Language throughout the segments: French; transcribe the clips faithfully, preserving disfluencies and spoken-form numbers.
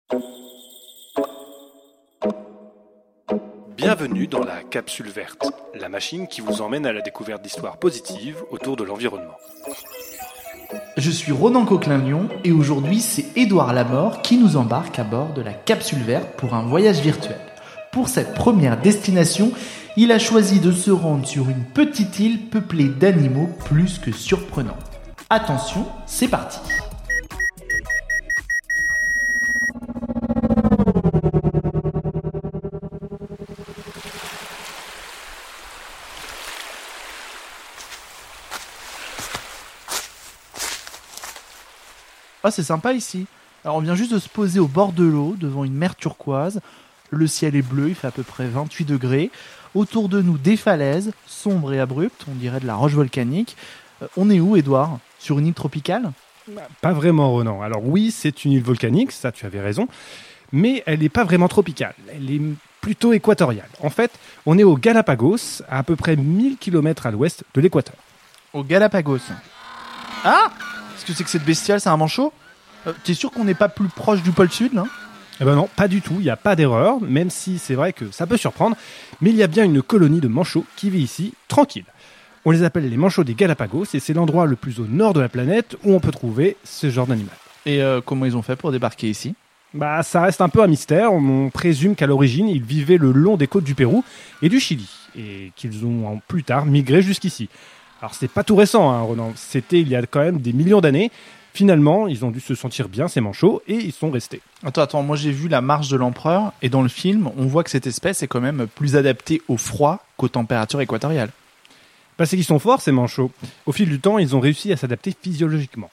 Bienvenue dans la Capsule Verte, la machine qui vous emmène à la découverte d'histoires positives autour de l'environnement. Je suis Ronan Coquelin-Lyon et aujourd'hui c'est Édouard Lamort qui nous embarque à bord de la Capsule Verte pour un voyage virtuel. Pour cette première destination, il a choisi de se rendre sur une petite île peuplée d'animaux plus que surprenants. Attention, c'est parti! Ah, c'est sympa ici. Alors on vient juste de se poser au bord de l'eau, devant une mer turquoise. Le ciel est bleu, il fait à peu près vingt-huit degrés. Autour de nous, des falaises, sombres et abruptes, on dirait de la roche volcanique. Euh, on est où, Édouard ? Sur une île tropicale ? Pas vraiment, Ronan. Alors oui, c'est une île volcanique, ça tu avais raison, mais elle n'est pas vraiment tropicale, elle est plutôt équatoriale. En fait, on est aux Galapagos, à à peu près mille kilomètres à l'ouest de l'équateur. Aux Galapagos. Ah ! Qu'est-ce que c'est que cette bestiale ? C'est un manchot ? euh, T'es sûr qu'on n'est pas plus proche du pôle sud, là ? Eh ben non, pas du tout, il n'y a pas d'erreur, même si c'est vrai que ça peut surprendre, mais il y a bien une colonie de manchots qui vit ici, tranquille. On les appelle les manchots des Galapagos et c'est l'endroit le plus au nord de la planète où on peut trouver ce genre d'animal. Et euh, comment ils ont fait pour débarquer ici ? Bah, ça reste un peu un mystère, on présume qu'à l'origine ils vivaient le long des côtes du Pérou et du Chili, et qu'ils ont plus tard migré jusqu'ici. Alors c'est pas tout récent, hein, Ronan, c'était il y a quand même des millions d'années. Finalement, ils ont dû se sentir bien, ces manchots, et ils sont restés. Attends, attends, moi j'ai vu La Marche de l'Empereur, et dans le film, on voit que cette espèce est quand même plus adaptée au froid qu'aux températures équatoriales. Bah, c'est qu'ils sont forts, ces manchots. Au fil du temps, ils ont réussi à s'adapter physiologiquement.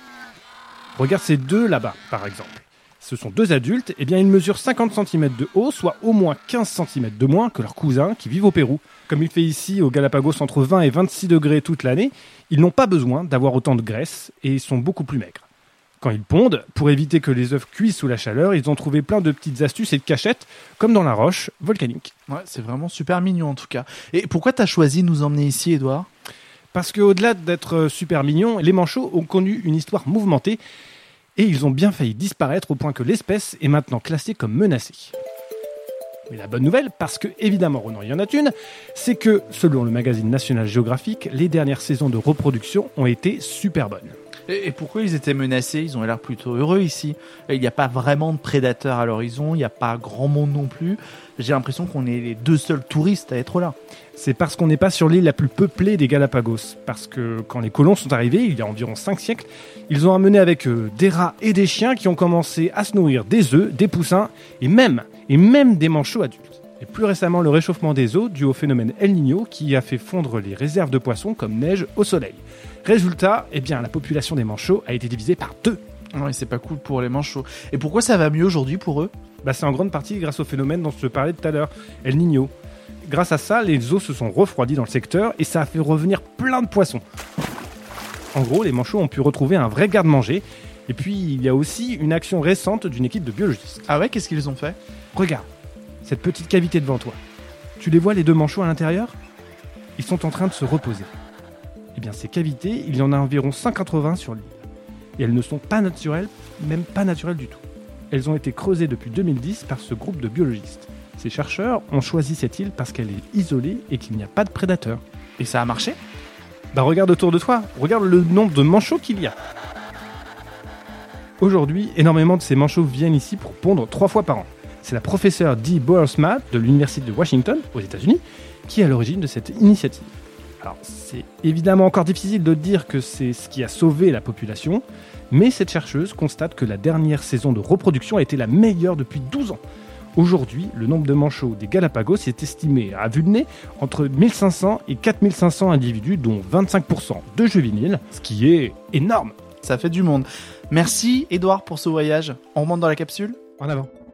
Regarde ces deux là-bas, par exemple. Ce sont deux adultes, et bien ils mesurent cinquante centimètres de haut, soit au moins quinze centimètres de moins que leurs cousins qui vivent au Pérou. Comme il fait ici, aux Galapagos, entre vingt et vingt-six degrés toute l'année, ils n'ont pas besoin d'avoir autant de graisse et ils sont beaucoup plus maigres. Quand ils pondent, pour éviter que les œufs cuisent sous la chaleur, ils ont trouvé plein de petites astuces et de cachettes, comme dans la roche volcanique. Ouais, c'est vraiment super mignon en tout cas. Et pourquoi t'as choisi de nous emmener ici, Édouard ? Parce qu'au-delà d'être super mignons, les manchots ont connu une histoire mouvementée et ils ont bien failli disparaître au point que l'espèce est maintenant classée comme menacée. Mais la bonne nouvelle, parce que évidemment Ronan il y en a une, c'est que selon le magazine National Geographic, les dernières saisons de reproduction ont été super bonnes. Et, et pourquoi ils étaient menacés ? Ils ont l'air plutôt heureux ici. Il n'y a pas vraiment de prédateurs à l'horizon, il n'y a pas grand monde non plus. J'ai l'impression qu'on est les deux seuls touristes à être là. C'est parce qu'on n'est pas sur l'île la plus peuplée des Galapagos. Parce que quand les colons sont arrivés, il y a environ cinq siècles, ils ont amené avec eux des rats et des chiens qui ont commencé à se nourrir des œufs, des poussins et même, et même des manchots adultes. Et plus récemment, le réchauffement des eaux dû au phénomène El Niño qui a fait fondre les réserves de poissons comme neige au soleil. Résultat, eh bien, la population des manchots a été divisée par deux. Ouais, c'est pas cool pour les manchots. Et pourquoi ça va mieux aujourd'hui pour eux ? Bah, c'est en grande partie grâce au phénomène dont je te parlais tout à l'heure, El Niño. Grâce à ça, les eaux se sont refroidies dans le secteur et ça a fait revenir plein de poissons. En gros, les manchots ont pu retrouver un vrai garde-manger. Et puis, il y a aussi une action récente d'une équipe de biologistes. Ah ouais, qu'est-ce qu'ils ont fait ? Regarde, cette petite cavité devant toi. Tu les vois, les deux manchots à l'intérieur ? Ils sont en train de se reposer. Eh bien, ces cavités, il y en a environ cent quatre-vingts sur l'île. Et elles ne sont pas naturelles, même pas naturelles du tout. Elles ont été creusées depuis deux mille dix par ce groupe de biologistes. Ces chercheurs ont choisi cette île parce qu'elle est isolée et qu'il n'y a pas de prédateurs. Et ça a marché ? Bah regarde autour de toi, regarde le nombre de manchots qu'il y a. Aujourd'hui, énormément de ces manchots viennent ici pour pondre trois fois par an. C'est la professeure Dee Boersma de l'université de Washington, aux États-Unis, qui est à l'origine de cette initiative. Alors, c'est évidemment encore difficile de dire que c'est ce qui a sauvé la population, mais cette chercheuse constate que la dernière saison de reproduction a été la meilleure depuis douze ans. Aujourd'hui, le nombre de manchots des Galapagos est estimé à vue de nez entre mille cinq cents et quatre mille cinq cents individus, dont vingt-cinq pour cent de juvéniles, ce qui est énorme. Ça fait du monde. Merci Édouard pour ce voyage. On remonte dans la capsule ? En avant.